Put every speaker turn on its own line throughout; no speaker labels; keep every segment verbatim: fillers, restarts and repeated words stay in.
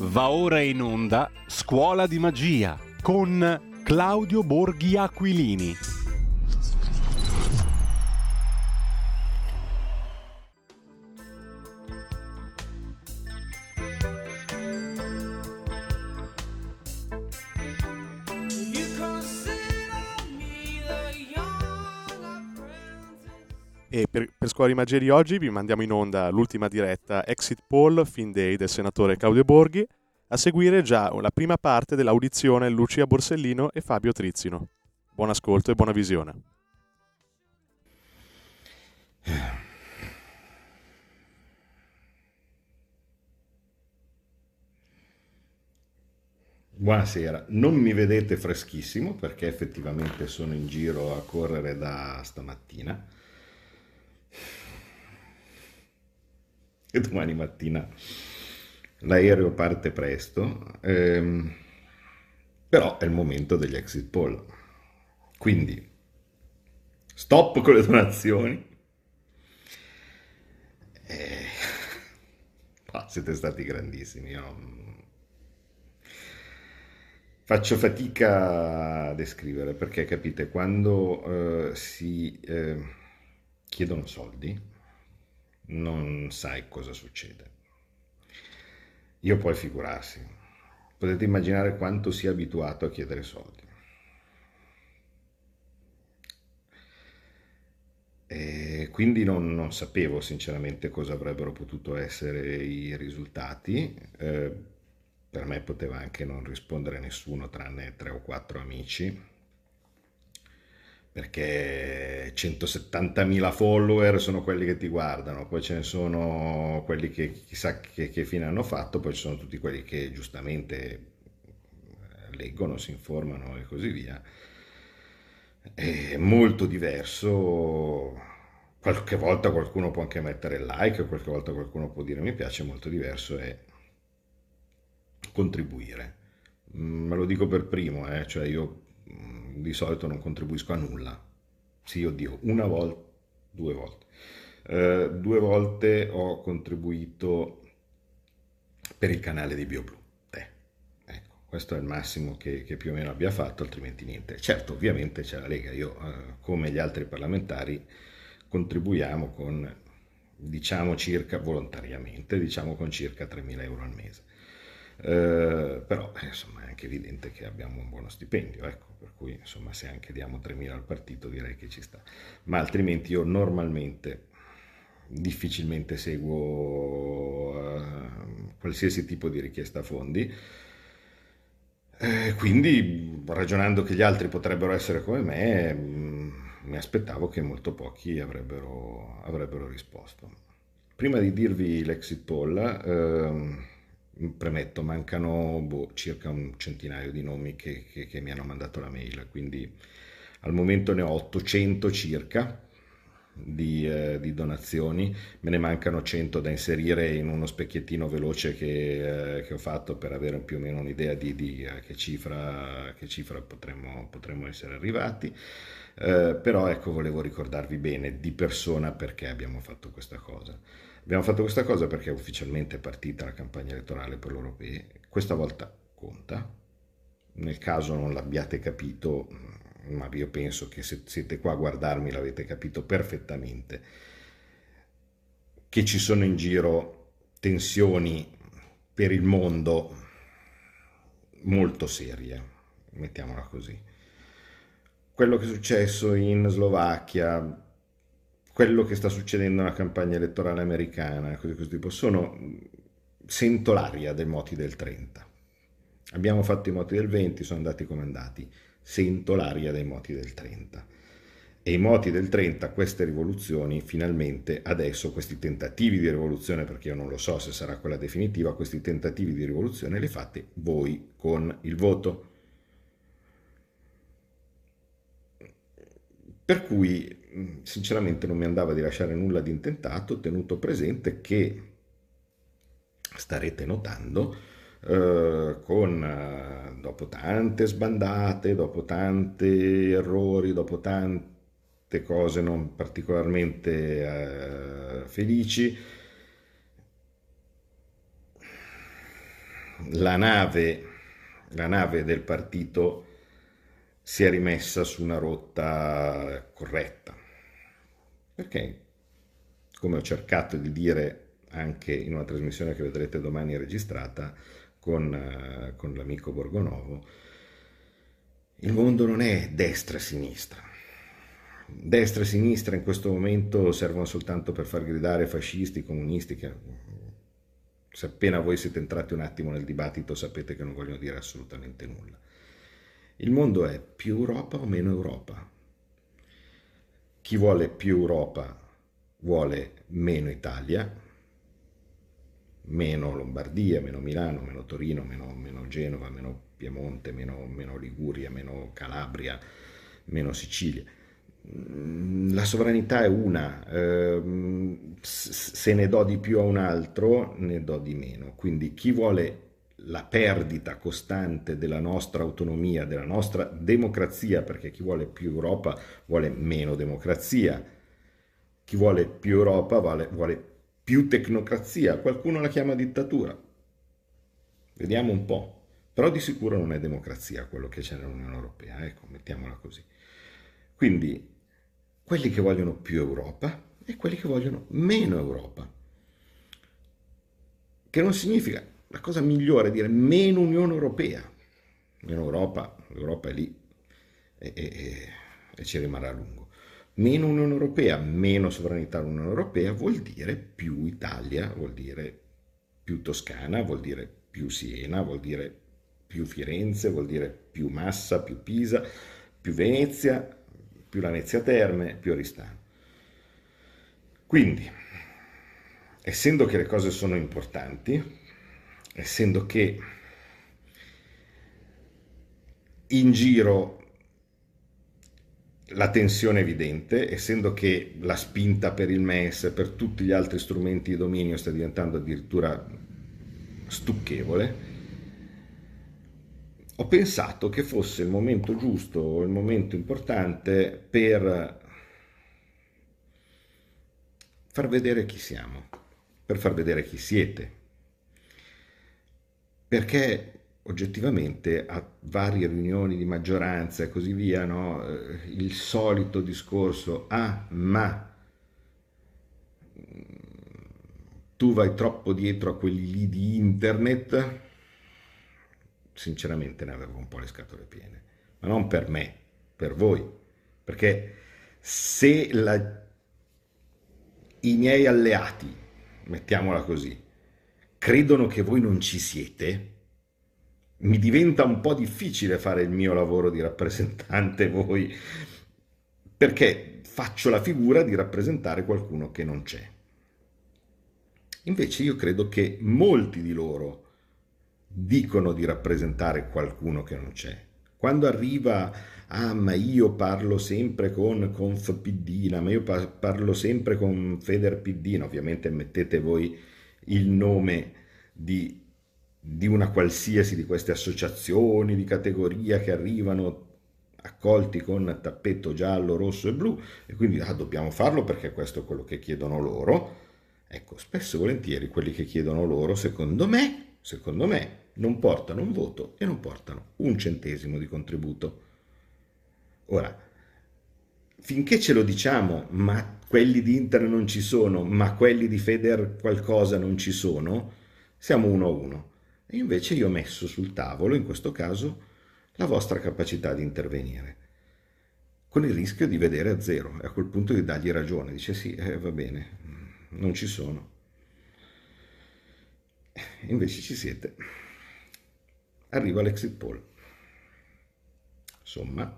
Va ora in onda Scuola di Magia con Claudio Borghi Aquilini.
E per, per Scuola di Magia di oggi vi mandiamo in onda l'ultima diretta Exit Poll Fin Day del senatore Claudio Borghi, a seguire già la prima parte dell'audizione Lucia Borsellino e Fabio Trizzino. Buon ascolto e buona visione.
Buonasera, non mi vedete freschissimo perché effettivamente sono in giro a correre da stamattina e domani mattina l'aereo parte presto, ehm, però è il momento degli exit poll, quindi stop con le donazioni. Eh, ah, siete stati grandissimi, io non- faccio fatica a descrivere perché capite, quando eh, si eh, chiedono soldi non sai cosa succede. Io poi figurarsi, potete immaginare quanto sia abituato a chiedere soldi. E quindi non, non sapevo sinceramente cosa avrebbero potuto essere i risultati. Eh, per me poteva anche non rispondere nessuno tranne tre o quattro amici, perché centosettantamila follower sono quelli che ti guardano, poi ce ne sono quelli che chissà che, che fine hanno fatto, poi ci sono tutti quelli che giustamente eh, leggono, si informano e così via. È molto diverso. Qualche volta qualcuno può anche mettere il like, qualche volta qualcuno può dire mi piace, molto diverso è contribuire. Mm, Me lo dico per primo, eh, cioè io mm, di solito non contribuisco a nulla. Sì, oddio, una volta, due volte. Eh, due volte ho contribuito per il canale di BioBlue. Eh, ecco, questo è il massimo che, che più o meno abbia fatto, altrimenti niente. Certo, ovviamente c'è la Lega, io eh, come gli altri parlamentari contribuiamo con, diciamo circa, volontariamente, diciamo con circa tremila euro al mese. Eh, però eh, insomma è anche evidente che abbiamo un buono stipendio, ecco, per cui insomma se anche diamo tremila al partito direi che ci sta, ma altrimenti io normalmente difficilmente seguo eh, qualsiasi tipo di richiesta fondi. Eh, quindi, ragionando che gli altri potrebbero essere come me, mh, mi aspettavo che molto pochi avrebbero, avrebbero risposto. Prima di dirvi l'exit poll, ehm, premetto, mancano boh, circa un centinaio di nomi che, che- che mi hanno mandato la mail, quindi al momento ne ho ottocento circa di, eh, di donazioni, me ne mancano cento da inserire in uno specchiettino veloce che, eh, che ho fatto per avere più o meno un'idea di, di, eh, che cifra, che cifra potremmo, potremmo essere arrivati. Eh, però ecco, volevo ricordarvi bene di persona perché abbiamo fatto questa cosa. Abbiamo fatto questa cosa perché ufficialmente è partita la campagna elettorale per l'Europea. Questa volta conta. Nel caso non l'abbiate capito, ma io penso che se siete qua a guardarmi l'avete capito perfettamente, che ci sono in giro tensioni per il mondo molto serie, mettiamola così. Quello che è successo in Slovacchia, quello che sta succedendo nella campagna elettorale americana, cose di questo tipo, sono, sento l'aria dei moti del trenta. Abbiamo fatto i moti del venti, sono andati come andati. Sento l'aria dei moti del trenta. E i moti del trenta, queste rivoluzioni, finalmente adesso questi tentativi di rivoluzione, perché io non lo so se sarà quella definitiva, questi tentativi di rivoluzione li fate voi con il voto. Per cui sinceramente non mi andava di lasciare nulla di intentato, tenuto presente che starete notando eh, con, eh, dopo tante sbandate, dopo tanti errori, dopo tante cose non particolarmente eh, felici, la nave, la nave del partito si è rimessa su una rotta corretta. Perché, come ho cercato di dire anche in una trasmissione che vedrete domani registrata con, eh, con l'amico Borgonovo, il mondo non è destra e sinistra. Destra e sinistra in questo momento servono soltanto per far gridare fascisti, comunisti, che se appena voi siete entrati un attimo nel dibattito sapete che non vogliono dire assolutamente nulla. Il mondo è più Europa o meno Europa. Chi vuole più Europa vuole meno Italia, meno Lombardia, meno Milano, meno Torino, meno, meno Genova, meno Piemonte, meno, meno Liguria, meno Calabria, meno Sicilia. La sovranità è una, eh, se ne do di più a un altro ne do di meno, quindi chi vuole la perdita costante della nostra autonomia, della nostra democrazia, perché chi vuole più Europa vuole meno democrazia, chi vuole più Europa vuole, vuole più tecnocrazia, qualcuno la chiama dittatura, vediamo un po', però di sicuro non è democrazia quello che c'è nell'Unione Europea, ecco, mettiamola così. Quindi quelli che vogliono più Europa e quelli che vogliono meno Europa, che non significa, la cosa migliore è dire meno Unione Europea, meno Europa, l'Europa è lì e, e, e ci rimarrà a lungo. Meno Unione Europea, meno sovranità all'Unione Europea vuol dire più Italia, vuol dire più Toscana, vuol dire più Siena, vuol dire più Firenze, vuol dire più Massa, più Pisa, più Venezia, più Lamezia Terme, più Oristano. Quindi, essendo che le cose sono importanti, essendo che in giro la tensione è evidente, essendo che la spinta per il M E S, per tutti gli altri strumenti di dominio sta diventando addirittura stucchevole, ho pensato che fosse il momento giusto, il momento importante per far vedere chi siamo, per far vedere chi siete, perché oggettivamente a varie riunioni di maggioranza e così via, no, il solito discorso, ah ma tu vai troppo dietro a quelli lì di internet, sinceramente ne avevo un po' le scatole piene, ma non per me, per voi, perché se la, i miei alleati, mettiamola così, credono che voi non ci siete, mi diventa un po' difficile fare il mio lavoro di rappresentante voi, perché faccio la figura di rappresentare qualcuno che non c'è. Invece io credo che molti di loro dicono di rappresentare qualcuno che non c'è. Quando arriva, ah ma io parlo sempre con Confpiddina, ma io parlo sempre con Federpiddina, ovviamente mettete voi il nome di di una qualsiasi di queste associazioni di categoria che arrivano accolti con tappeto giallo, rosso e blu e quindi ah, dobbiamo farlo perché questo è quello che chiedono loro. Ecco, spesso e volentieri quelli che chiedono loro, secondo me, secondo me, non portano un voto e non portano un centesimo di contributo. Ora, finché ce lo diciamo, ma quelli di Inter non ci sono, ma quelli di Feder qualcosa non ci sono, siamo uno a uno. E invece io ho messo sul tavolo, in questo caso, la vostra capacità di intervenire, con il rischio di vedere a zero, e a quel punto di dargli ragione, dice sì, eh, va bene, non ci sono. Invece ci siete. Arriva l'exit poll. Insomma,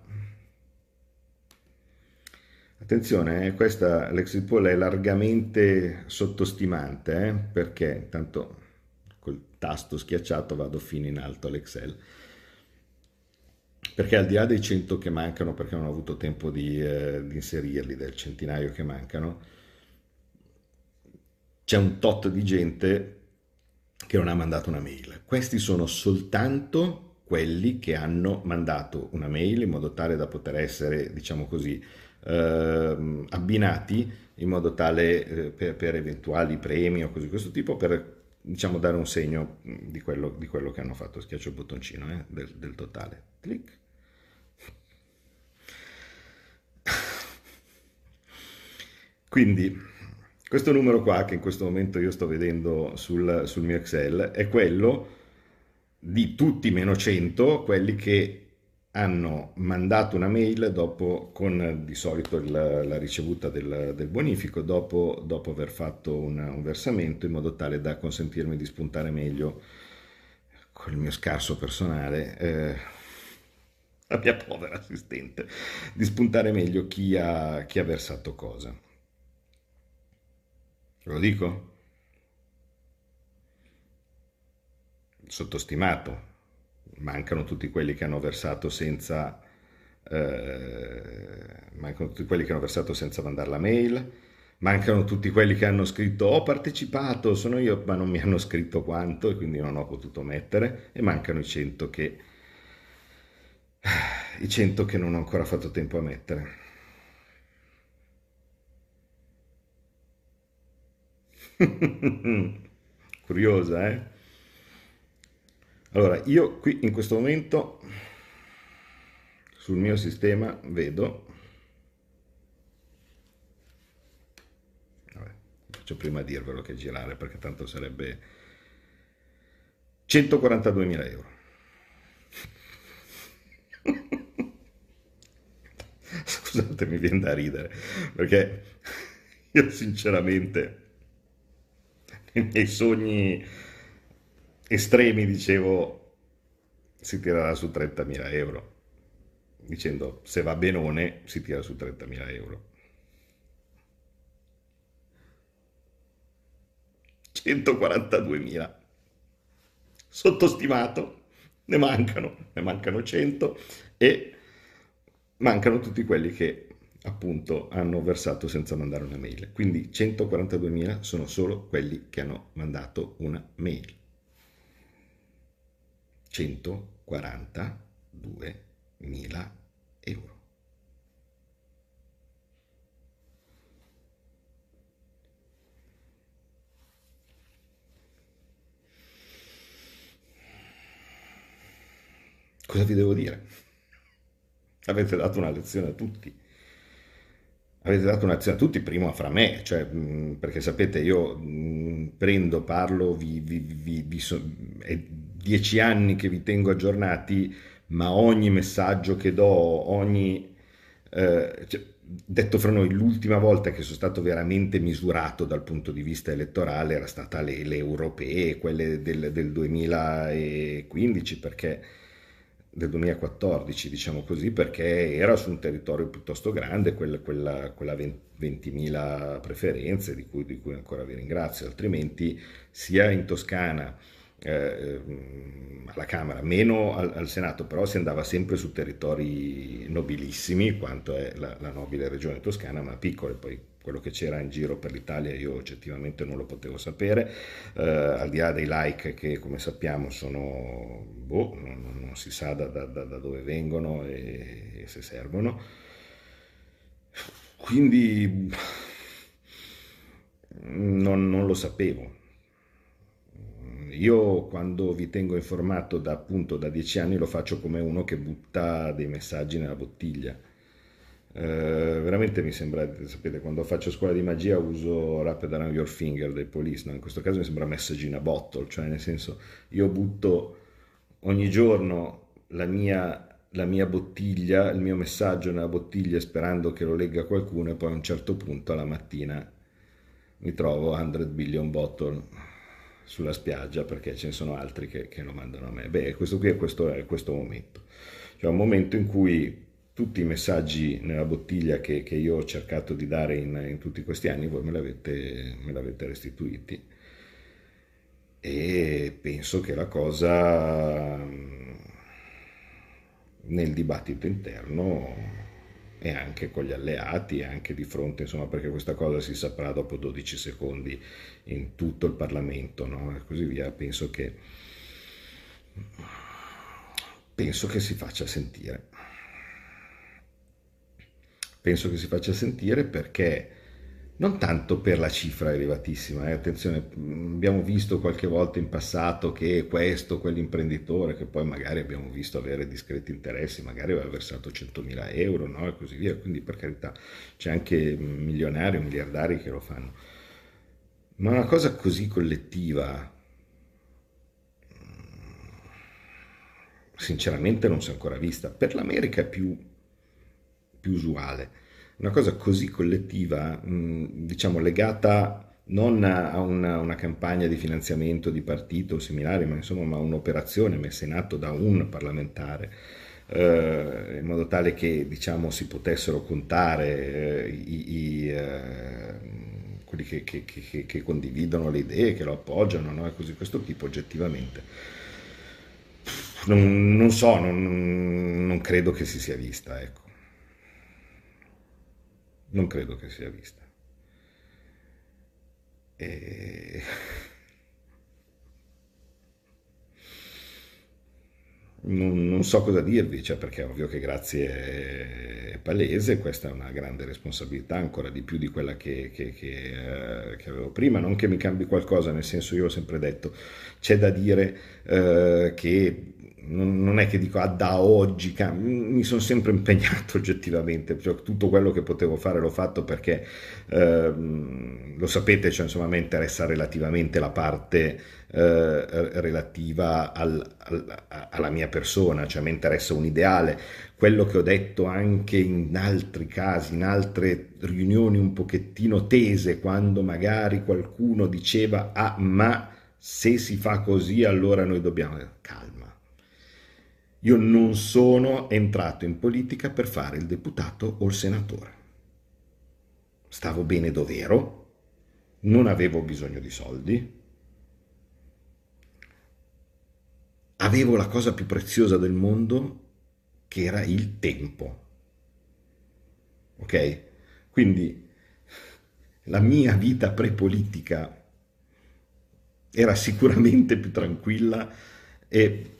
attenzione, eh, questa l'exit poll è largamente sottostimante, eh, perché intanto col tasto schiacciato vado fino in alto all'Excel, perché al di là dei cento che mancano, perché non ho avuto tempo di, eh, di inserirli, del centinaio che mancano, c'è un tot di gente che non ha mandato una mail. Questi sono soltanto quelli che hanno mandato una mail in modo tale da poter essere, diciamo così, eh, abbinati in modo tale eh, per, per eventuali premi o così questo tipo, per diciamo, dare un segno di quello, di quello che hanno fatto. Schiaccio il bottoncino eh, del, del totale. Clic. Quindi questo numero qua che in questo momento io sto vedendo sul, sul mio Excel è quello di tutti meno cento, quelli che hanno mandato una mail dopo, con di solito il- la ricevuta del, del bonifico, dopo, dopo aver fatto un, un versamento, in modo tale da consentirmi di spuntare meglio col mio scarso personale, eh, la mia povera assistente, di spuntare meglio chi ha, chi ha versato cosa. Ve lo dico? Sottostimato. Mancano tutti quelli che hanno versato senza eh, mancano tutti quelli che hanno versato senza mandare la mail, mancano tutti quelli che hanno scritto ho partecipato, sono io, ma non mi hanno scritto quanto e quindi non ho potuto mettere, e mancano i cento che i cento che non ho ancora fatto tempo a mettere. Curiosa, eh? Allora, io qui in questo momento sul mio sistema vedo, vabbè, faccio prima a dirvelo che girare perché tanto sarebbe centoquarantaduemila euro. Scusate, mi viene da ridere perché io sinceramente nei miei sogni estremi dicevo si tirerà su trentamila euro, dicendo se va benone si tira su trentamila euro. centoquarantaduemila sottostimato, ne mancano, ne mancano cento e mancano tutti quelli che appunto hanno versato senza mandare una mail. Quindi centoquarantaduemila sono solo quelli che hanno mandato una mail. centoquarantaduemila euro. Cosa vi devo dire? Avete dato una lezione a tutti. Avete dato una lezione a tutti, prima fra me, cioè, mh, perché sapete, io mh, prendo, parlo, vi, vi- vi- vi so- è dieci anni che vi tengo aggiornati, ma ogni messaggio che do, ogni... eh, cioè, detto fra noi, l'ultima volta che sono stato veramente misurato dal punto di vista elettorale era stata le, le europee, quelle del, del duemilaquindici, perché del duemilaquattordici, diciamo così, perché era su un territorio piuttosto grande, quella, quella, quella ventimila preferenze, di cui, di cui ancora vi ringrazio, altrimenti sia in Toscana, eh, alla Camera, meno al, al Senato, però si andava sempre su territori nobilissimi, quanto è la, la nobile regione toscana, ma piccole, poi quello che c'era in giro per l'Italia io oggettivamente non lo potevo sapere, eh, al di là dei like che come sappiamo sono, boh, non, non si sa da, da- da- da dove vengono e, e se servono. Quindi non, non lo sapevo. Io quando vi tengo informato da appunto da dieci anni lo faccio come uno che butta dei messaggi nella bottiglia. Eh, veramente mi sembra, sapete, quando faccio scuola di magia uso Wrapped Around Your Finger dei Police, no? In questo caso mi sembra Message in a Bottle, cioè nel senso io butto ogni giorno la mia, la mia bottiglia, il mio messaggio nella bottiglia sperando che lo legga qualcuno e poi a un certo punto alla mattina mi trovo cento billion bottle sulla spiaggia perché ce ne sono altri che, che lo mandano a me. Beh, questo qui è questo, è questo momento. Cioè un momento in cui tutti i messaggi nella bottiglia che, che io ho cercato di dare in, in tutti questi anni voi me l'avete, me l'avete restituiti. E penso che la cosa nel dibattito interno e anche con gli alleati, e anche di fronte, insomma, perché questa cosa si saprà dopo dodici secondi in tutto il Parlamento, no? E così via, penso che, penso che si faccia sentire. Penso che si faccia sentire perché Non tanto per la cifra elevatissima, eh, attenzione, mh, abbiamo visto qualche volta in passato che questo, quell'imprenditore, che poi magari abbiamo visto avere discreti interessi, magari aveva versato centomila euro, no? E così via, quindi per carità c'è anche milionari o miliardari che lo fanno. Ma una cosa così collettiva, sinceramente non si è ancora vista. Per l'America è più, più usuale. Una cosa così collettiva, mh, diciamo legata non a una, una campagna di finanziamento di partito o similari, ma insomma ma un'operazione messa in atto da un parlamentare, eh, in modo tale che diciamo si potessero contare eh, i, i, eh, quelli che, che- che- che condividono le idee, che lo appoggiano, no? E così questo tipo oggettivamente. Non, non so, non, non credo che si sia vista, ecco. Non credo che sia vista. E... Non, non so cosa dirvi, cioè perché è ovvio che grazie è palese, questa è una grande responsabilità, ancora di più di quella che, che- che, eh, che avevo prima, non che mi cambi qualcosa, nel senso io ho sempre detto, c'è da dire eh, che non, non è che dico ah, da oggi cam- mi sono sempre impegnato oggettivamente, cioè, tutto quello che potevo fare l'ho fatto perché ehm, lo sapete, cioè, insomma, a me interessa relativamente la parte eh, relativa al- al- alla mia persona, cioè mi interessa un ideale, quello che ho detto anche in altri casi, in altre riunioni un pochettino tese, quando magari qualcuno diceva ah ma se si fa così allora noi dobbiamo... Calma, io non sono entrato in politica per fare il deputato o il senatore. Stavo bene dov'ero, non avevo bisogno di soldi, avevo la cosa più preziosa del mondo che era il tempo, ok? Quindi la mia vita pre-politica era sicuramente più tranquilla e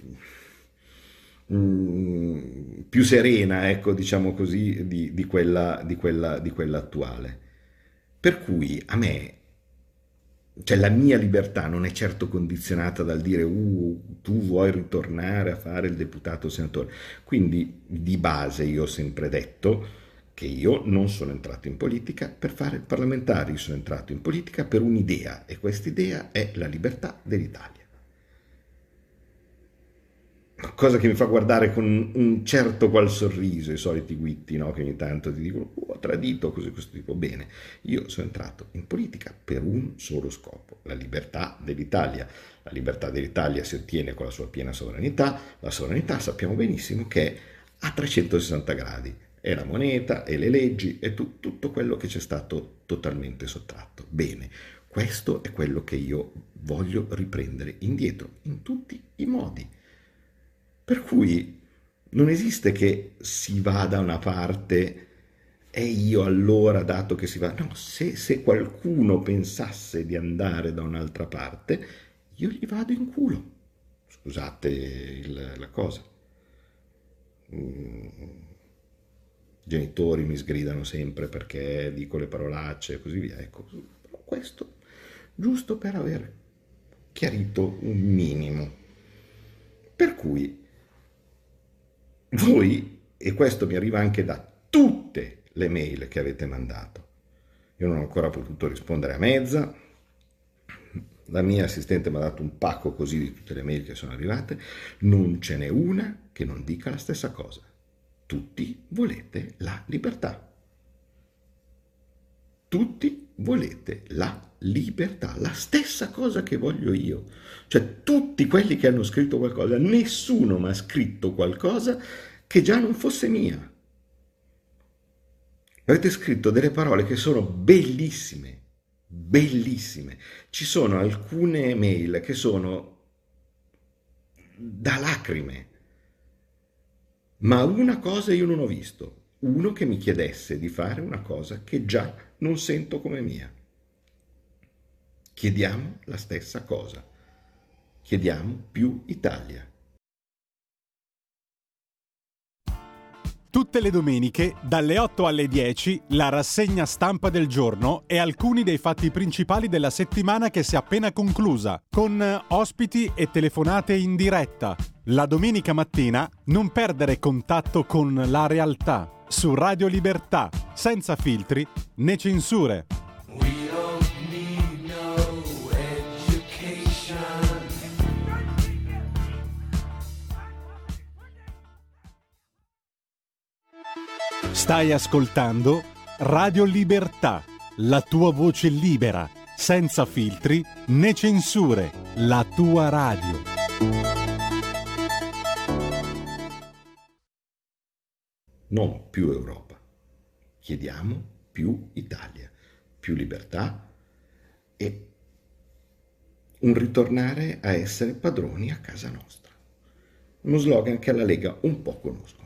mm, più serena, ecco, diciamo così, di, di quella, di quella, di quella attuale. Per cui a me, cioè la mia libertà non è certo condizionata dal dire uh, tu vuoi ritornare a fare il deputato o senatore. Quindi di base io ho sempre detto che io non sono entrato in politica per fare il parlamentare, io sono entrato in politica per un'idea e quest'idea è la libertà dell'Italia. Cosa che mi fa guardare con un certo qual sorriso i soliti guitti, no? Che ogni tanto ti dicono "Oh, ho tradito così questo tipo". Bene, io sono entrato in politica per un solo scopo, la libertà dell'Italia. La libertà dell'Italia si ottiene con la sua piena sovranità, la sovranità sappiamo benissimo che è a trecentosessanta gradi, è la moneta, è le leggi, è tu- tutto quello che ci è stato totalmente sottratto. Bene, questo è quello che io voglio riprendere indietro in tutti i modi. Per cui non esiste che si va da una parte e io allora, dato che si va... No, se, se qualcuno pensasse di andare da un'altra parte, io gli vado in culo. Scusate il- la cosa. I genitori mi sgridano sempre perché dico le parolacce e così via. Ecco, però questo giusto per aver chiarito un minimo. Per cui voi, e questo mi arriva anche da tutte le mail che avete mandato, io non ho ancora potuto rispondere a mezza, la mia assistente mi ha dato un pacco così di tutte le mail che sono arrivate, non ce n'è una che non dica la stessa cosa. Tutti volete la libertà. Tutti volete la libertà, la stessa cosa che voglio io. Cioè tutti quelli che hanno scritto qualcosa, nessuno mi ha scritto qualcosa che già non fosse mia. Avete scritto delle parole che sono bellissime, bellissime. Ci sono alcune mail che sono da lacrime, ma una cosa io non ho visto, uno che mi chiedesse di fare una cosa che già non sento come mia. Chiediamo la stessa cosa, chiediamo più Italia.
Tutte le domeniche, dalle otto alle dieci, la rassegna stampa del giorno e alcuni dei fatti principali della settimana che si è appena conclusa, con ospiti e telefonate in diretta. La domenica mattina non perdere contatto con la realtà, su Radio Libertà, senza filtri né censure. Stai ascoltando Radio Libertà, la tua voce libera, senza filtri né censure, la tua radio.
Non più Europa, chiediamo più Italia, più libertà e un ritornare a essere padroni a casa nostra. Uno slogan che alla Lega un po' conoscono.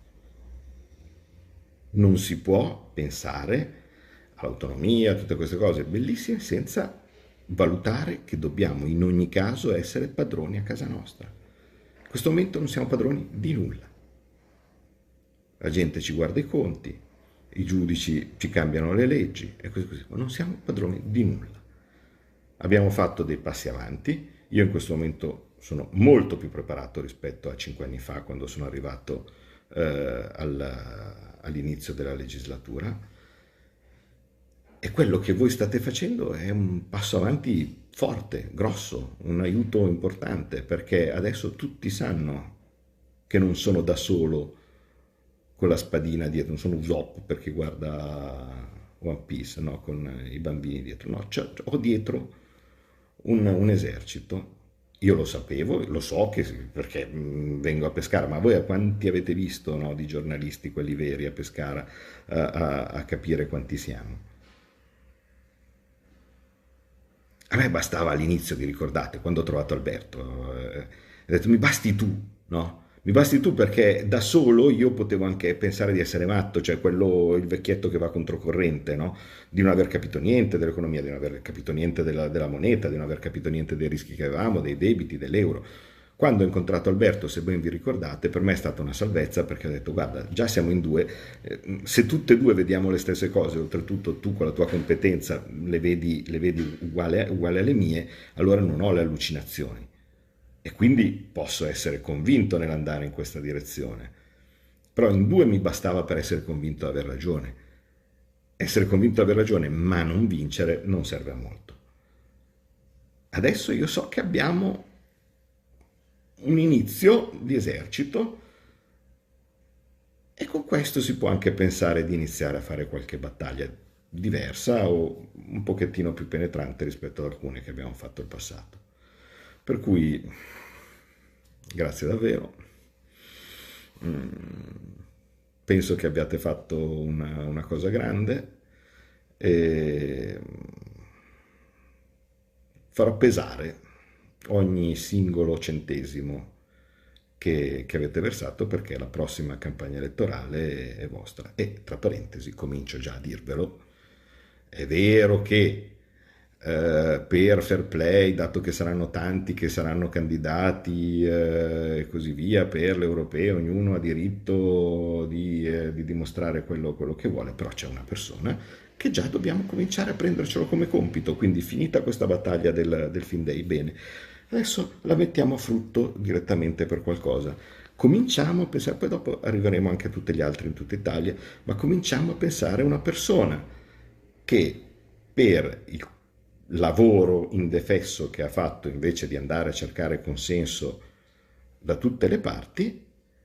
Non si può pensare all'autonomia, a tutte queste cose bellissime, senza valutare che dobbiamo in ogni caso essere padroni a casa nostra. In questo momento non siamo padroni di nulla. La gente ci guarda i conti, i giudici ci cambiano le leggi e così così, ma non siamo padroni di nulla. Abbiamo fatto dei passi avanti. Io in questo momento sono molto più preparato rispetto a cinque anni fa, quando sono arrivato eh, al all'inizio della legislatura, e quello che voi state facendo è un passo avanti forte, grosso, un aiuto importante, perché adesso tutti sanno che non sono da solo con la spadina dietro, non sono Usopp perché guarda One Piece, no? Con i bambini dietro, no, cioè, ho dietro un, un esercito. Io lo sapevo, lo so che, perché vengo a Pescara, ma voi a quanti avete visto, no, di giornalisti, quelli veri a Pescara, a, a, a capire quanti siamo? A me bastava all'inizio, vi ricordate, quando ho trovato Alberto, eh, ho detto mi basti tu, no? Mi basti tu, perché da solo io potevo anche pensare di essere matto, cioè quello, il vecchietto che va controcorrente, no? Di non aver capito niente dell'economia, di non aver capito niente della, della moneta, di non aver capito niente dei rischi che avevamo, dei debiti, dell'euro. Quando ho incontrato Alberto, se ben vi ricordate, per me è stata una salvezza, perché ho detto guarda, già siamo in due, eh, se tutte e due vediamo le stesse cose, oltretutto tu con la tua competenza le vedi, le vedi uguali, uguali alle mie, allora non ho le allucinazioni. E quindi posso essere convinto nell'andare in questa direzione. Però in due mi bastava per essere convinto di aver ragione. Essere convinto di aver ragione, ma non vincere, non serve a molto. Adesso io so che abbiamo un inizio di esercito e con questo si può anche pensare di iniziare a fare qualche battaglia diversa o un pochettino più penetrante rispetto ad alcune che abbiamo fatto in passato. Per cui, grazie davvero, mm, penso che abbiate fatto una, una cosa grande e farò pesare ogni singolo centesimo che, che avete versato, perché la prossima campagna elettorale è vostra. E, tra parentesi, comincio già a dirvelo, è vero che Uh, per fair play, dato che saranno tanti che saranno candidati uh, e così via, per l'europeo ognuno ha diritto di, uh, di dimostrare quello, quello che vuole, però c'è una persona che già dobbiamo cominciare a prendercelo come compito, quindi finita questa battaglia del, del Fin Day, bene, adesso la mettiamo a frutto direttamente per qualcosa. Cominciamo a pensare, poi dopo arriveremo anche a tutti gli altri in tutta Italia, ma cominciamo a pensare a una persona che per il lavoro indefesso che ha fatto, invece di andare a cercare consenso da tutte le parti,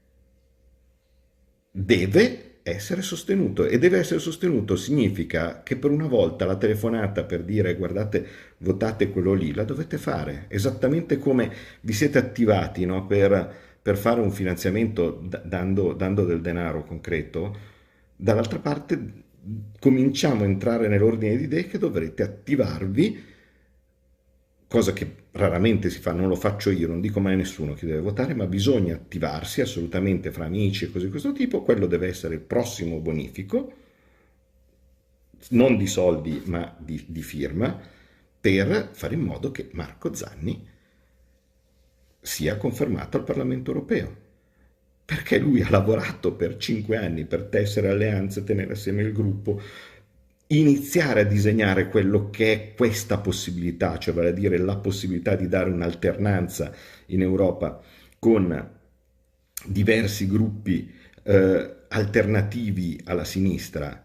deve essere sostenuto. E deve essere sostenuto significa che per una volta la telefonata per dire guardate, votate quello lì, la dovete fare, esattamente come vi siete attivati, no? per, per fare un finanziamento d- dando, dando del denaro concreto. Dall'altra parte cominciamo a entrare nell'ordine di idee che dovrete attivarvi, cosa che raramente si fa, non lo faccio io, non dico mai a nessuno chi deve votare, ma bisogna attivarsi assolutamente fra amici e cose di questo tipo. Quello deve essere il prossimo bonifico, non di soldi ma di, di firma, per fare in modo che Marco Zanni sia confermato al Parlamento europeo. perché lui ha lavorato per cinque anni per tessere alleanze, tenere assieme il gruppo, iniziare a disegnare quello che è questa possibilità, cioè vale a dire la possibilità di dare un'alternanza in Europa con diversi gruppi eh, alternativi alla sinistra.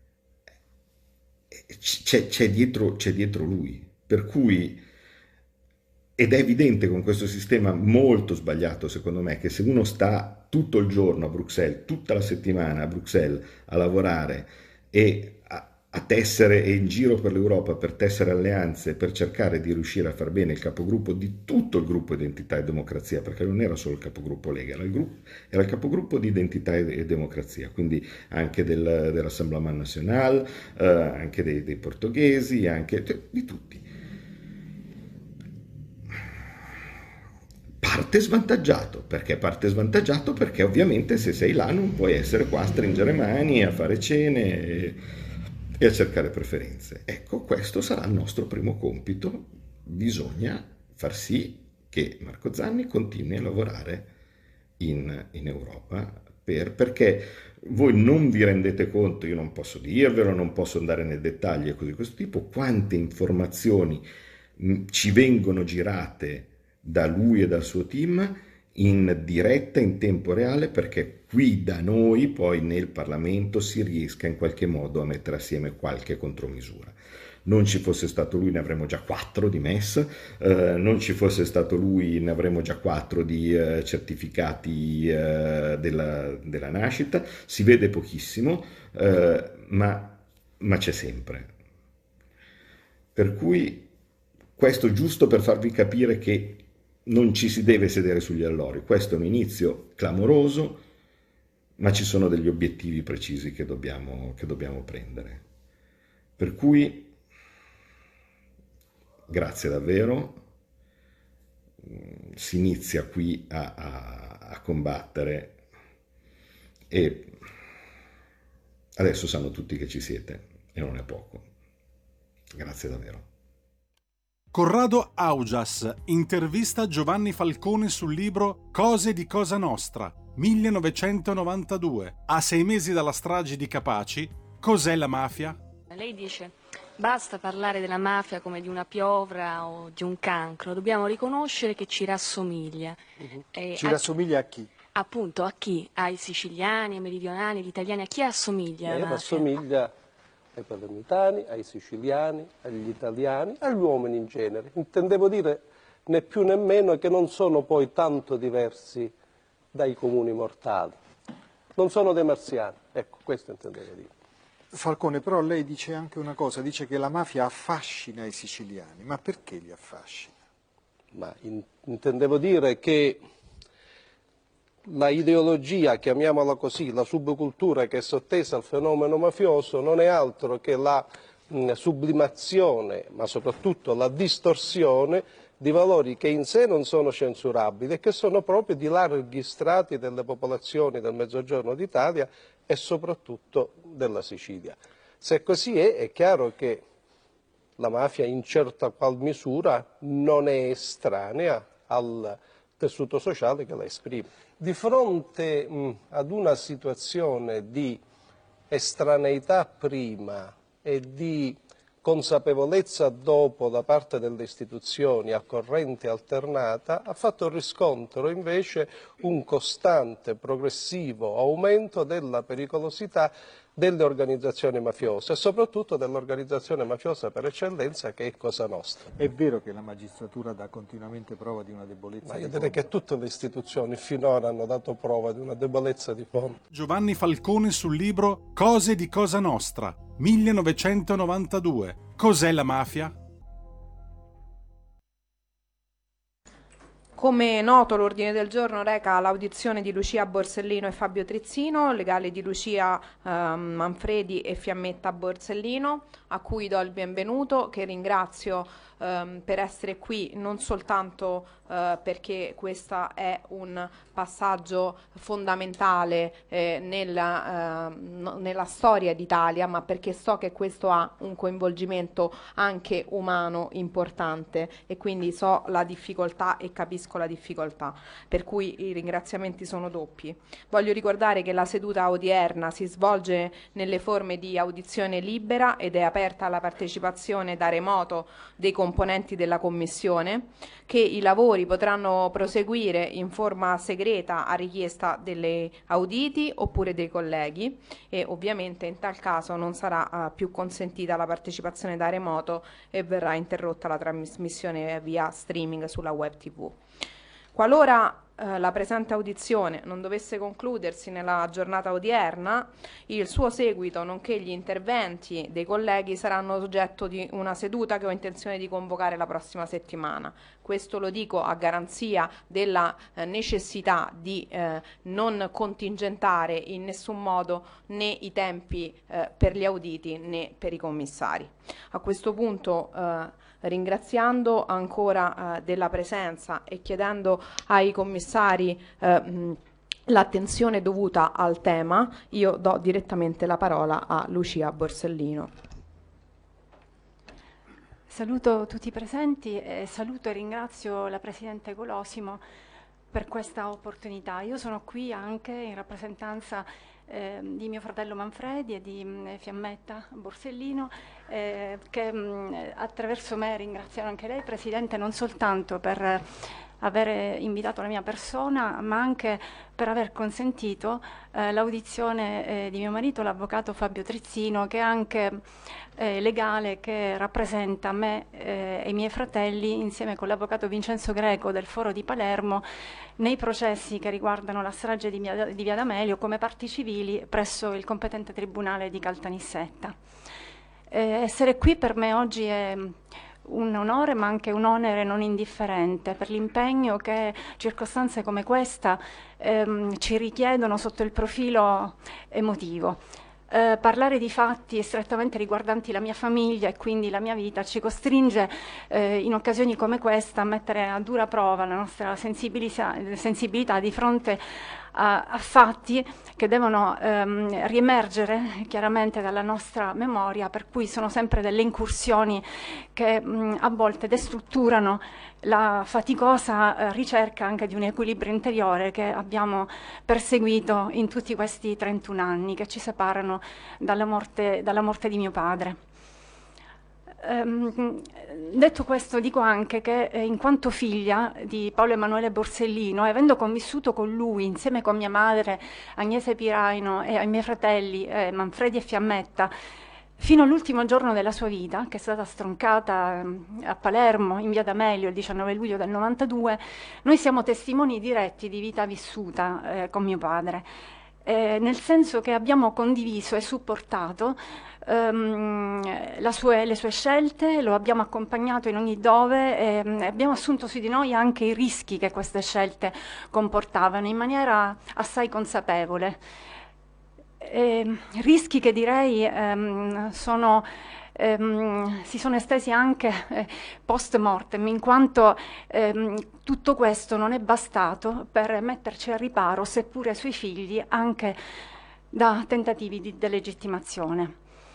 C'è, c'è, dietro, c'è dietro lui, per cui, ed è evidente con questo sistema molto sbagliato secondo me, che se uno sta tutto il giorno a Bruxelles, tutta la settimana a Bruxelles a lavorare e a, a tessere e in giro per l'Europa per tessere alleanze, per cercare di riuscire a far bene il capogruppo di tutto il gruppo Identità e Democrazia, perché non era solo il capogruppo Lega, era il, gruppo, era il capogruppo di Identità e Democrazia, quindi anche del, dell'Assemblement Nationale, eh, anche dei, dei portoghesi, anche cioè, di tutti. Parte svantaggiato, perché parte svantaggiato? Perché ovviamente se sei là non puoi essere qua a stringere mani, a fare cene e, e a cercare preferenze. Ecco, questo sarà il nostro primo compito. Bisogna far sì che Marco Zanni continui a lavorare in, in Europa, per, perché voi non vi rendete conto, io non posso dirvelo, non posso andare nei dettagli e così di questo tipo, quante informazioni mh, ci vengono girate da lui e dal suo team in diretta, in tempo reale, perché qui da noi poi nel Parlamento si riesca in qualche modo a mettere assieme qualche contromisura. Non ci fosse stato lui, ne avremmo già quattro di M E S, eh, non ci fosse stato lui, ne avremmo già quattro di eh, certificati eh, della, della nascita. Si vede pochissimo, eh, ma, ma c'è sempre. Per cui questo giusto per farvi capire che non ci si deve sedere sugli allori. Questo è un inizio clamoroso, ma ci sono degli obiettivi precisi che dobbiamo, che dobbiamo prendere. Per cui, grazie davvero, si inizia qui a, a, a combattere e adesso sanno tutti che ci siete e non è poco. Grazie davvero.
Corrado Augias intervista Giovanni Falcone sul libro Cose di Cosa Nostra, millenovecentonovantadue. A sei mesi dalla strage di Capaci, cos'è la mafia?
Lei dice, basta parlare della mafia come di una piovra o di un cancro, dobbiamo riconoscere che ci rassomiglia.
Uh-huh.
E
ci
a...
rassomiglia a chi?
Appunto, a chi? Ai siciliani, ai meridionali, agli italiani, a chi assomiglia
Eh,
la mafia?
Rassomiglia ai palermitani, ai siciliani, agli italiani, agli uomini in genere. Intendevo dire né più né meno che non sono poi tanto diversi dai comuni mortali. Non sono dei marziani, ecco, questo intendevo dire.
Falcone, però lei dice anche una cosa, dice che la mafia affascina i siciliani, ma perché li affascina?
Ma in, intendevo dire che la ideologia, chiamiamola così, la subcultura che è sottesa al fenomeno mafioso non è altro che la mh, sublimazione, ma soprattutto la distorsione di valori che in sé non sono censurabili e che sono proprio di larghi strati delle popolazioni del Mezzogiorno d'Italia e soprattutto della Sicilia. Se così è, è chiaro che la mafia in certa qual misura non è estranea al tessuto sociale che la esprime. Di fronte mh, ad una situazione di estraneità prima e di consapevolezza dopo da parte delle istituzioni a corrente alternata, ha fatto riscontro invece un costante, progressivo aumento della pericolosità delle organizzazioni mafiose e soprattutto dell'organizzazione mafiosa per eccellenza che è Cosa Nostra.
È vero che la magistratura dà continuamente prova di una debolezza?
Ma io
di
direi
fondo?
che tutte le istituzioni finora hanno dato prova di una debolezza di fondo.
Giovanni Falcone sul libro Cose di Cosa Nostra, millenovecentonovantadue. Cos'è la mafia?
Come noto, l'ordine del giorno reca l'audizione di Lucia Borsellino e Fabio Trizzino, legali di Lucia eh, Manfredi e Fiammetta Borsellino, a cui do il benvenuto, che ringrazio ehm, per essere qui non soltanto eh, perché questo è un passaggio fondamentale eh, nella, eh, no, nella storia d'Italia, ma perché so che questo ha un coinvolgimento anche umano importante e quindi so la difficoltà e capisco capisco la difficoltà, per cui i ringraziamenti sono doppi. Voglio ricordare che la seduta odierna si svolge nelle forme di audizione libera ed è aperta alla partecipazione da remoto dei componenti della Commissione, che i lavori potranno proseguire in forma segreta a richiesta delle auditi oppure dei colleghi, e ovviamente in tal caso non sarà uh, più consentita la partecipazione da remoto e verrà interrotta la trasmissione via streaming sulla web tivù. Qualora eh, la presente audizione non dovesse concludersi nella giornata odierna, il suo seguito nonché gli interventi dei colleghi saranno oggetto di una seduta che ho intenzione di convocare la prossima settimana. Questo lo dico a garanzia della eh, necessità di eh, non contingentare in nessun modo né i tempi eh, per gli auditi né per i commissari. A questo punto, eh, ringraziando ancora eh, della presenza e chiedendo ai commissari eh, mh, l'attenzione dovuta al tema, io do direttamente la parola a Lucia Borsellino.
Saluto tutti i presenti e saluto e ringrazio la Presidente Colosimo per questa opportunità. Io sono qui anche in rappresentanza eh, di mio fratello Manfredi e di mh, Fiammetta Borsellino, eh, che mh, attraverso me ringraziano anche lei, Presidente, non soltanto per eh, aver invitato la mia persona, ma anche per aver consentito eh, l'audizione eh, di mio marito, l'avvocato Fabio Trizzino, che è anche eh, legale, che rappresenta me eh, e i miei fratelli insieme con l'avvocato Vincenzo Greco del Foro di Palermo nei processi che riguardano la strage di Via, di Via D'Amelio come parti civili presso il competente tribunale di Caltanissetta. Eh, essere qui per me oggi è un onore, ma anche un onere non indifferente per l'impegno che circostanze come questa ehm, ci richiedono sotto il profilo emotivo. Eh, parlare di fatti strettamente riguardanti la mia famiglia e quindi la mia vita ci costringe eh, in occasioni come questa a mettere a dura prova la nostra sensibilità, sensibilità di fronte a, a fatti che devono ehm, riemergere chiaramente dalla nostra memoria, per cui sono sempre delle incursioni che mh, a volte destrutturano la faticosa eh, ricerca anche di un equilibrio interiore che abbiamo perseguito in tutti questi trentuno anni che ci separano dalla morte, dalla morte di mio padre. Um, detto questo, dico anche che eh, in quanto figlia di Paolo Emanuele Borsellino, e avendo convissuto con lui insieme con mia madre Agnese Piraino e ai miei fratelli eh, Manfredi e Fiammetta fino all'ultimo giorno della sua vita, che è stata stroncata eh, a Palermo in Via D'Amelio il diciannove luglio del novantadue, noi siamo testimoni diretti di vita vissuta eh, con mio padre. Eh, nel senso che abbiamo condiviso e supportato um, la sue, le sue scelte, lo abbiamo accompagnato in ogni dove e um, abbiamo assunto su di noi anche i rischi che queste scelte comportavano in maniera assai consapevole. Eh, rischi che direi um, sono Ehm, si sono estesi anche eh, post mortem, in quanto ehm, tutto questo non è bastato per metterci a riparo, seppure sui figli, anche da tentativi di delegittimazione.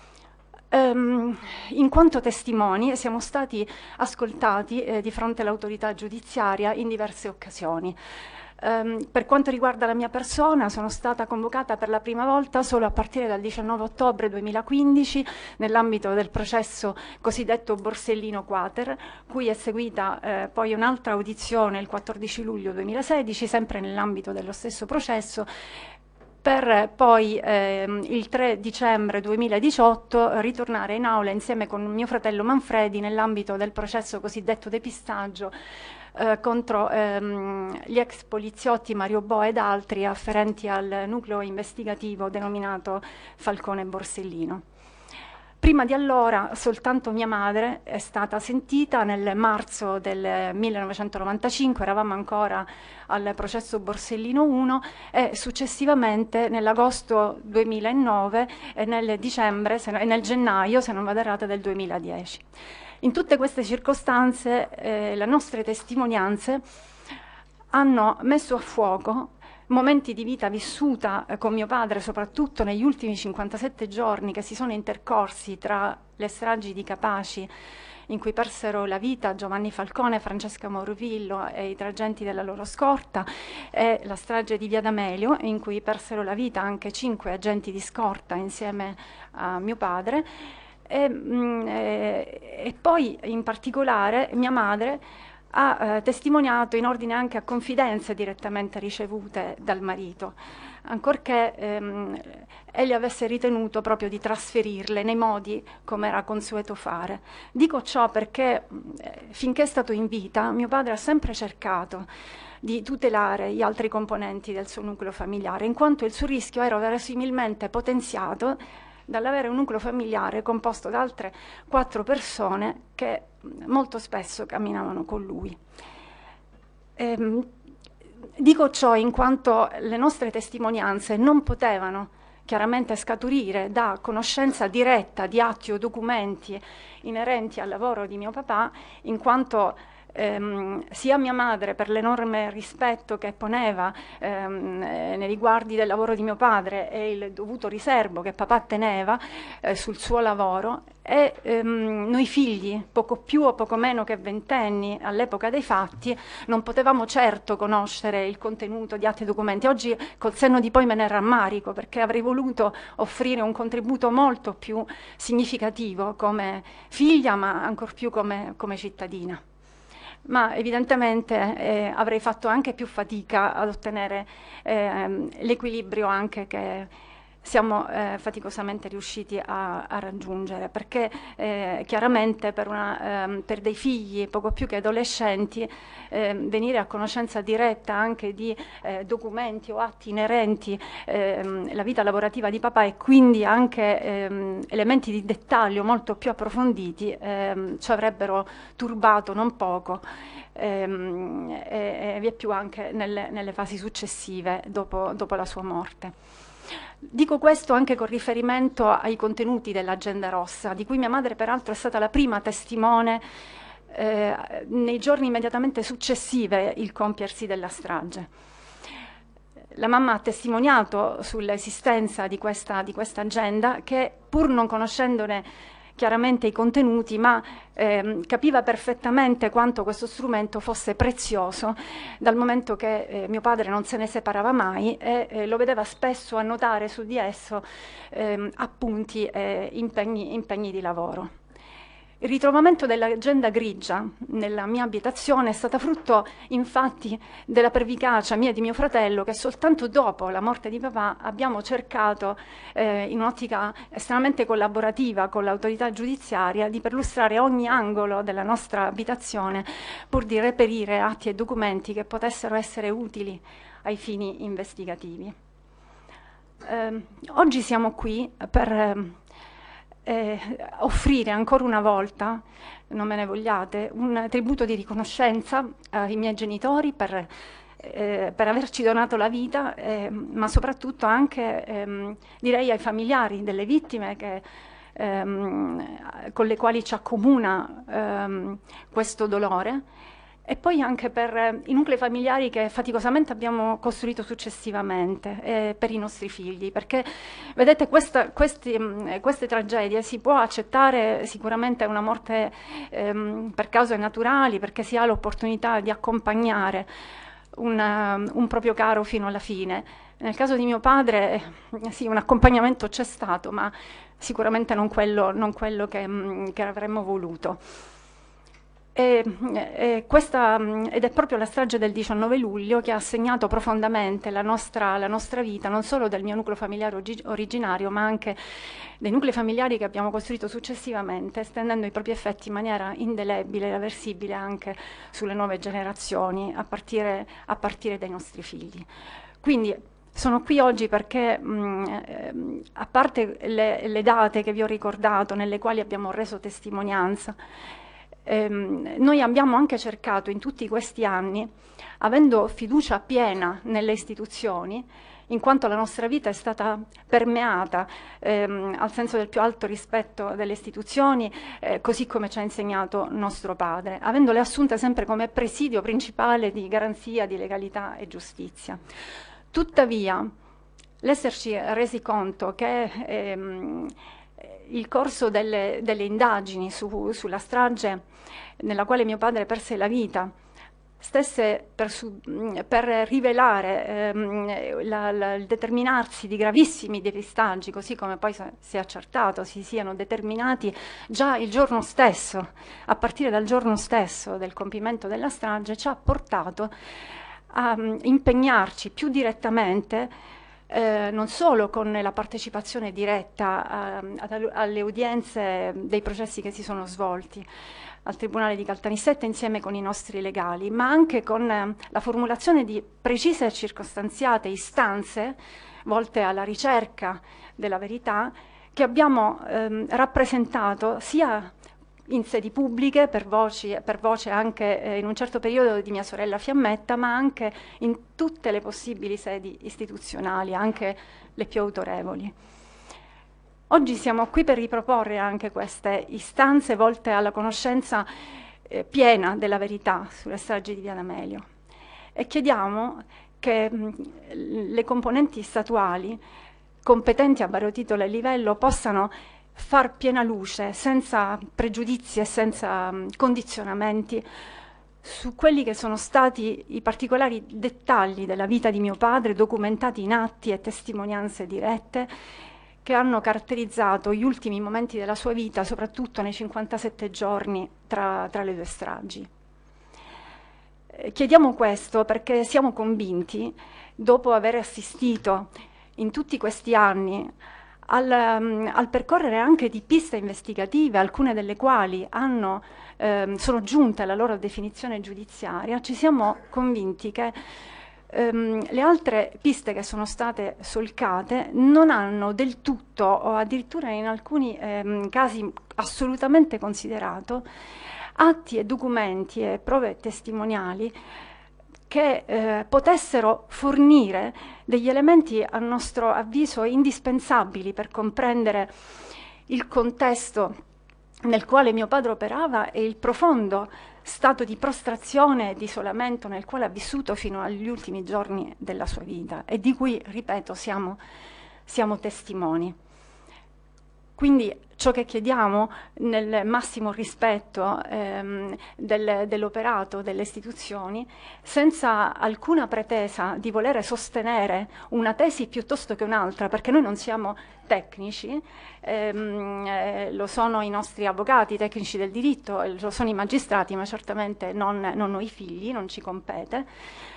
Um, in quanto testimoni siamo stati ascoltati eh, di fronte all'autorità giudiziaria in diverse occasioni. Um, per quanto riguarda la mia persona, sono stata convocata per la prima volta solo a partire dal diciannove ottobre duemilaquindici nell'ambito del processo cosiddetto Borsellino Quater, cui è seguita eh, poi un'altra audizione il quattordici luglio duemilasedici, sempre nell'ambito dello stesso processo, per poi ehm, il tre dicembre duemiladiciotto ritornare in aula insieme con mio fratello Manfredi nell'ambito del processo cosiddetto depistaggio eh, contro ehm, gli ex poliziotti Mario Boa ed altri afferenti al nucleo investigativo denominato Falcone Borsellino. Prima di allora soltanto mia madre è stata sentita nel marzo del millenovecentonovantacinque, eravamo ancora al processo Borsellino uno, e successivamente nell'agosto duemilanove e nel dicembre se no, e nel gennaio, se non vado errata, del duemiladieci. In tutte queste circostanze eh, le nostre testimonianze hanno messo a fuoco momenti di vita vissuta eh, con mio padre, soprattutto negli ultimi cinquantasette giorni che si sono intercorsi tra le stragi di Capaci in cui persero la vita Giovanni Falcone, Francesca Morvillo e i traggenti della loro scorta, e la strage di Via D'Amelio, in cui persero la vita anche cinque agenti di scorta insieme a mio padre. E, mh, e, e poi in particolare mia madre ha eh, testimoniato in ordine anche a confidenze direttamente ricevute dal marito, ancorché ehm, egli avesse ritenuto proprio di trasferirle nei modi come era consueto fare. Dico ciò perché eh, finché è stato in vita mio padre ha sempre cercato di tutelare gli altri componenti del suo nucleo familiare, in quanto il suo rischio era verosimilmente potenziato dall'avere un nucleo familiare composto da altre quattro persone che molto spesso camminavano con lui. Ehm, dico ciò in quanto le nostre testimonianze non potevano chiaramente scaturire da conoscenza diretta di atti o documenti inerenti al lavoro di mio papà, in quanto Ehm, sia mia madre, per l'enorme rispetto che poneva ehm, nei riguardi del lavoro di mio padre e il dovuto riservo che papà teneva eh, sul suo lavoro, e ehm, noi figli, poco più o poco meno che ventenni all'epoca dei fatti, non potevamo certo conoscere il contenuto di atti e documenti. Oggi col senno di poi me ne rammarico, perché avrei voluto offrire un contributo molto più significativo come figlia, ma ancor più come, come cittadina. Ma evidentemente eh, avrei fatto anche più fatica ad ottenere eh, l'equilibrio anche che siamo eh, faticosamente riusciti a, a raggiungere, perché eh, chiaramente per, una, eh, per dei figli poco più che adolescenti eh, venire a conoscenza diretta anche di eh, documenti o atti inerenti eh, alla vita lavorativa di papà, e quindi anche eh, elementi di dettaglio molto più approfonditi, eh, ci avrebbero turbato non poco, ehm, e, e vi è più anche nelle, nelle fasi successive dopo, dopo la sua morte. Dico questo anche con riferimento ai contenuti dell'Agenda Rossa, di cui mia madre peraltro è stata la prima testimone eh, nei giorni immediatamente successivi il compiersi della strage. La mamma ha testimoniato sull'esistenza di questa, di questa agenda, che pur non conoscendone chiaramente i contenuti, ma ehm, capiva perfettamente quanto questo strumento fosse prezioso, dal momento che eh, mio padre non se ne separava mai e eh, lo vedeva spesso annotare su di esso ehm, appunti e impegni, impegni di lavoro. Il ritrovamento dell'agenda grigia nella mia abitazione è stata frutto infatti della pervicacia mia e di mio fratello, che soltanto dopo la morte di papà abbiamo cercato eh, in un'ottica estremamente collaborativa con l'autorità giudiziaria di perlustrare ogni angolo della nostra abitazione, pur di reperire atti e documenti che potessero essere utili ai fini investigativi. Eh, oggi siamo qui per eh, Eh, offrire ancora una volta, non me ne vogliate, un tributo di riconoscenza ai miei genitori per, eh, per averci donato la vita, eh, ma soprattutto anche ehm, direi ai familiari delle vittime che, ehm, con le quali ci accomuna ehm, questo dolore, e poi anche per eh, i nuclei familiari che faticosamente abbiamo costruito successivamente eh, per i nostri figli, perché vedete questa, questi, mh, queste tragedie si può accettare sicuramente una morte ehm, per cause naturali, perché si ha l'opportunità di accompagnare una, un proprio caro fino alla fine. Nel caso di mio padre eh, sì, un accompagnamento c'è stato, ma sicuramente non quello, non quello che, mh, che avremmo voluto. E, e questa, ed è proprio la strage del diciannove luglio che ha segnato profondamente la nostra, la nostra vita, non solo del mio nucleo familiare originario, ma anche dei nuclei familiari che abbiamo costruito successivamente, estendendo i propri effetti in maniera indelebile e irreversibile anche sulle nuove generazioni, a partire, a partire dai nostri figli. Quindi sono qui oggi perché, mh, eh, a parte le, le date che vi ho ricordato, nelle quali abbiamo reso testimonianza, Ehm, noi abbiamo anche cercato in tutti questi anni, avendo fiducia piena nelle istituzioni, in quanto la nostra vita è stata permeata ehm, al senso del più alto rispetto delle istituzioni, eh, così come ci ha insegnato nostro padre, avendole assunte sempre come presidio principale di garanzia di legalità e giustizia. Tuttavia, l'esserci resi conto che ehm, il corso delle, delle indagini su, sulla strage nella quale mio padre perse la vita stesse per, su, per rivelare ehm, la, la, il determinarsi di gravissimi depistaggi, così come poi si è accertato si siano determinati già il giorno stesso, a partire dal giorno stesso del compimento della strage, ci ha portato a um, impegnarci più direttamente, eh, non solo con la partecipazione diretta uh, ad, alle udienze dei processi che si sono svolti al Tribunale di Caltanissetta insieme con i nostri legali, ma anche con eh, la formulazione di precise e circostanziate istanze volte alla ricerca della verità che abbiamo ehm, rappresentato sia in sedi pubbliche, per, voci, per voce anche eh, in un certo periodo di mia sorella Fiammetta, ma anche in tutte le possibili sedi istituzionali, anche le più autorevoli. Oggi siamo qui per riproporre anche queste istanze volte alla conoscenza eh, piena della verità sulle stragi di Via D'Amelio e chiediamo che mh, le componenti statuali competenti a vario titolo e livello possano far piena luce, senza pregiudizi e senza mh, condizionamenti, su quelli che sono stati i particolari dettagli della vita di mio padre, documentati in atti e testimonianze dirette, che hanno caratterizzato gli ultimi momenti della sua vita, soprattutto nei cinquantasette giorni tra, tra le due stragi. Eh, chiediamo questo perché siamo convinti, dopo aver assistito in tutti questi anni al, um, al percorrere anche di piste investigative, alcune delle quali hanno, ehm, sono giunte alla loro definizione giudiziaria, ci siamo convinti che Um, le altre piste che sono state solcate non hanno del tutto, o addirittura in alcuni um, casi assolutamente considerato, atti e documenti e prove testimoniali che eh, potessero fornire degli elementi a nostro avviso indispensabili per comprendere il contesto nel quale mio padre operava e il profondo stato di prostrazione e di isolamento nel quale ha vissuto fino agli ultimi giorni della sua vita e di cui, ripeto, siamo, siamo testimoni. Quindi ciò che chiediamo, nel massimo rispetto ehm, del, dell'operato delle istituzioni, senza alcuna pretesa di volere sostenere una tesi piuttosto che un'altra, perché noi non siamo tecnici, ehm, eh, lo sono i nostri avvocati, i tecnici del diritto, lo sono i magistrati, ma certamente non, non noi figli, non ci compete.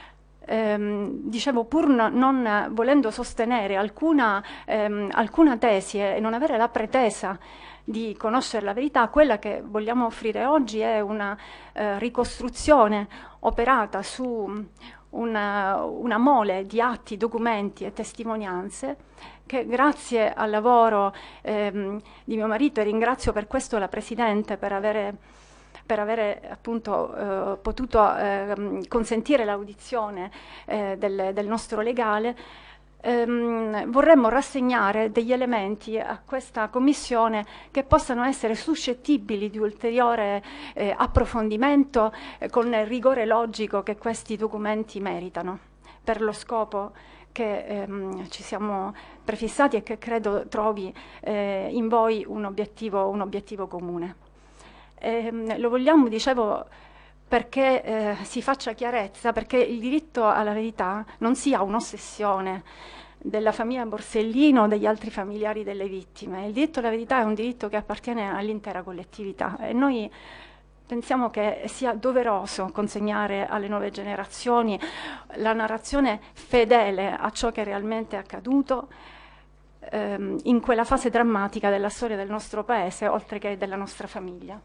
Ehm, dicevo, pur no, non volendo sostenere alcuna, ehm, alcuna tesi e non avere la pretesa di conoscere la verità, quella che vogliamo offrire oggi è una eh, ricostruzione operata su una, una mole di atti, documenti e testimonianze che, grazie al lavoro ehm, di mio marito, e ringrazio per questo la Presidente per avere per avere appunto eh, potuto eh, consentire l'audizione eh, del, del nostro legale, ehm, vorremmo rassegnare degli elementi a questa commissione che possano essere suscettibili di ulteriore eh, approfondimento eh, con il rigore logico che questi documenti meritano, per lo scopo che ehm, ci siamo prefissati e che credo trovi eh, in voi un obiettivo, un obiettivo comune. Eh, lo vogliamo, dicevo, perché eh, si faccia chiarezza, perché il diritto alla verità non sia un'ossessione della famiglia Borsellino o degli altri familiari delle vittime. Il diritto alla verità è un diritto che appartiene all'intera collettività e noi pensiamo che sia doveroso consegnare alle nuove generazioni la narrazione fedele a ciò che realmente è accaduto ehm, in quella fase drammatica della storia del nostro paese, oltre che della nostra famiglia.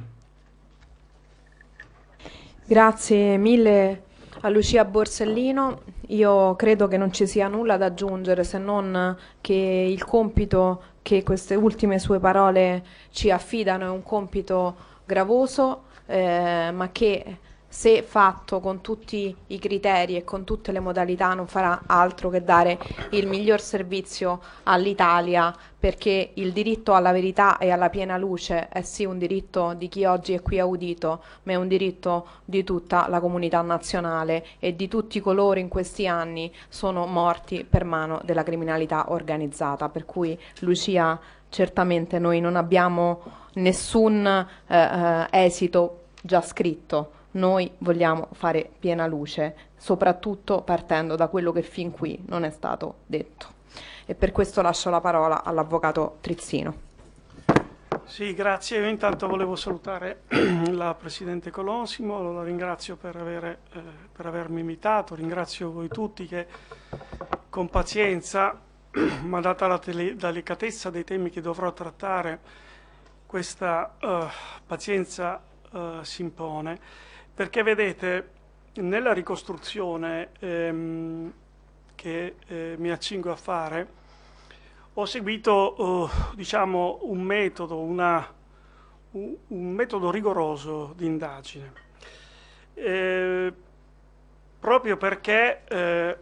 Grazie mille a Lucia Borsellino. Io credo che non ci sia nulla da aggiungere se non che il compito che queste ultime sue parole ci affidano è un compito gravoso, eh, ma che, se fatto con tutti i criteri e con tutte le modalità, non farà altro che dare il miglior servizio all'Italia, perché il diritto alla verità e alla piena luce è sì un diritto di chi oggi è qui audito, ma è un diritto di tutta la comunità nazionale e di tutti coloro in questi anni sono morti per mano della criminalità organizzata. Per cui, Lucia, certamente noi non abbiamo nessun eh, eh, esito già scritto, noi vogliamo fare piena luce, soprattutto partendo da quello che fin qui non è stato detto. E per questo lascio la parola all'avvocato Trizzino.
Sì, grazie. Io intanto volevo salutare la Presidente Colosimo, la ringrazio per, avere, eh, per avermi invitato, ringrazio voi tutti che con pazienza, ma data la tele- delicatezza dei temi che dovrò trattare, questa uh, pazienza uh, si impone, perché vedete, nella ricostruzione ehm, che eh, mi accingo a fare, ho seguito uh, diciamo un metodo, una, un, un metodo rigoroso di indagine, eh, proprio perché eh,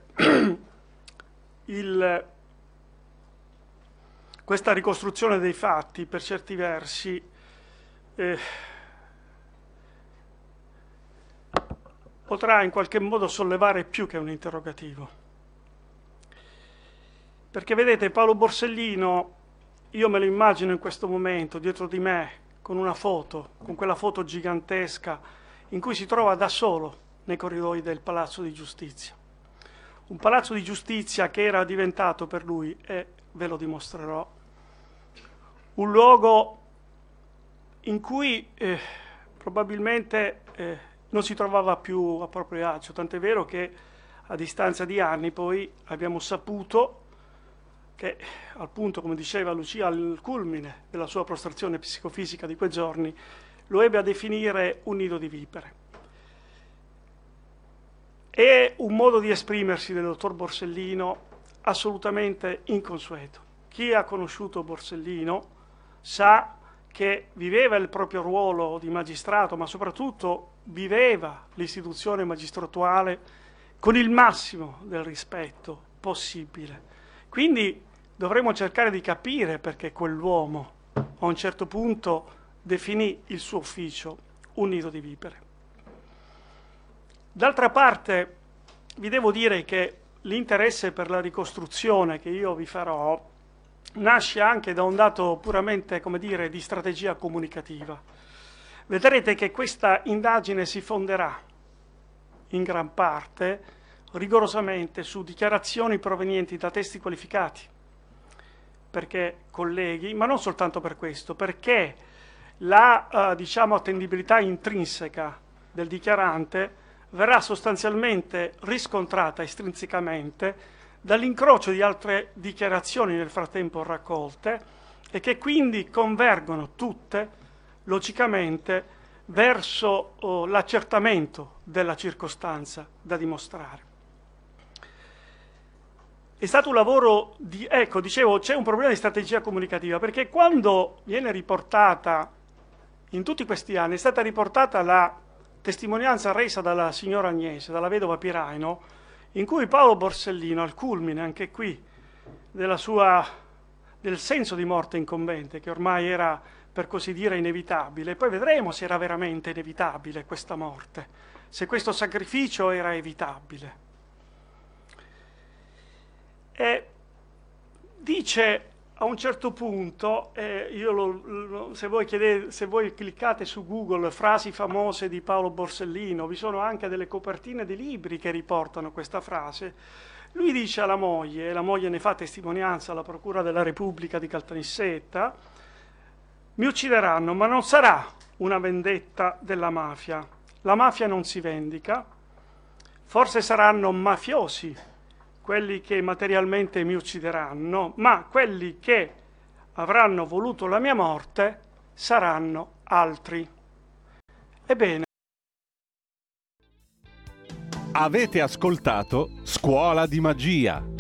il, questa ricostruzione dei fatti, per certi versi, eh, potrà in qualche modo sollevare più che un interrogativo. Perché vedete, Paolo Borsellino, io me lo immagino in questo momento dietro di me con una foto, con quella foto gigantesca in cui si trova da solo nei corridoi del Palazzo di Giustizia. Un palazzo di giustizia che era diventato per lui, e ve lo dimostrerò, un luogo in cui eh, probabilmente eh, non si trovava più a proprio agio, tant'è vero che a distanza di anni poi abbiamo saputo che, al punto, come diceva Lucia, al culmine della sua prostrazione psicofisica di quei giorni, lo ebbe a definire un nido di vipere. È un modo di esprimersi del dottor Borsellino assolutamente inconsueto. Chi ha conosciuto Borsellino sa che viveva il proprio ruolo di magistrato, ma soprattutto viveva l'istituzione magistratuale con il massimo del rispetto possibile. Quindi dovremmo cercare di capire perché quell'uomo a un certo punto definì il suo ufficio un nido di vipere. D'altra parte vi devo dire che l'interesse per la ricostruzione che io vi farò nasce anche da un dato puramente, come dire, di strategia comunicativa. Vedrete che questa indagine si fonderà in gran parte rigorosamente su dichiarazioni provenienti da testi qualificati, perché colleghi, ma non soltanto per questo, perché la uh, diciamo attendibilità intrinseca del dichiarante verrà sostanzialmente riscontrata estrinsecamente dall'incrocio di altre dichiarazioni nel frattempo raccolte e che quindi convergono tutte logicamente verso oh, l'accertamento della circostanza da dimostrare. È stato un lavoro di, ecco, dicevo, c'è un problema di strategia comunicativa, perché quando viene riportata, in tutti questi anni, è stata riportata la testimonianza resa dalla signora Agnese, dalla vedova Piraino, in cui Paolo Borsellino, al culmine anche qui della sua, del senso di morte incombente, che ormai era per così dire inevitabile, poi vedremo se era veramente inevitabile questa morte, se questo sacrificio era evitabile. E dice a un certo punto, eh, io lo, lo, se, voi chiedete, se voi cliccate su Google frasi famose di Paolo Borsellino, vi sono anche delle copertine di libri che riportano questa frase. Lui dice alla moglie, e la moglie ne fa testimonianza alla Procura della Repubblica di Caltanissetta: mi uccideranno, ma non sarà una vendetta della mafia. La mafia non si vendica, forse saranno mafiosi quelli che materialmente mi uccideranno, ma quelli che avranno voluto la mia morte saranno altri. Ebbene.
Avete ascoltato Scuola di Magia.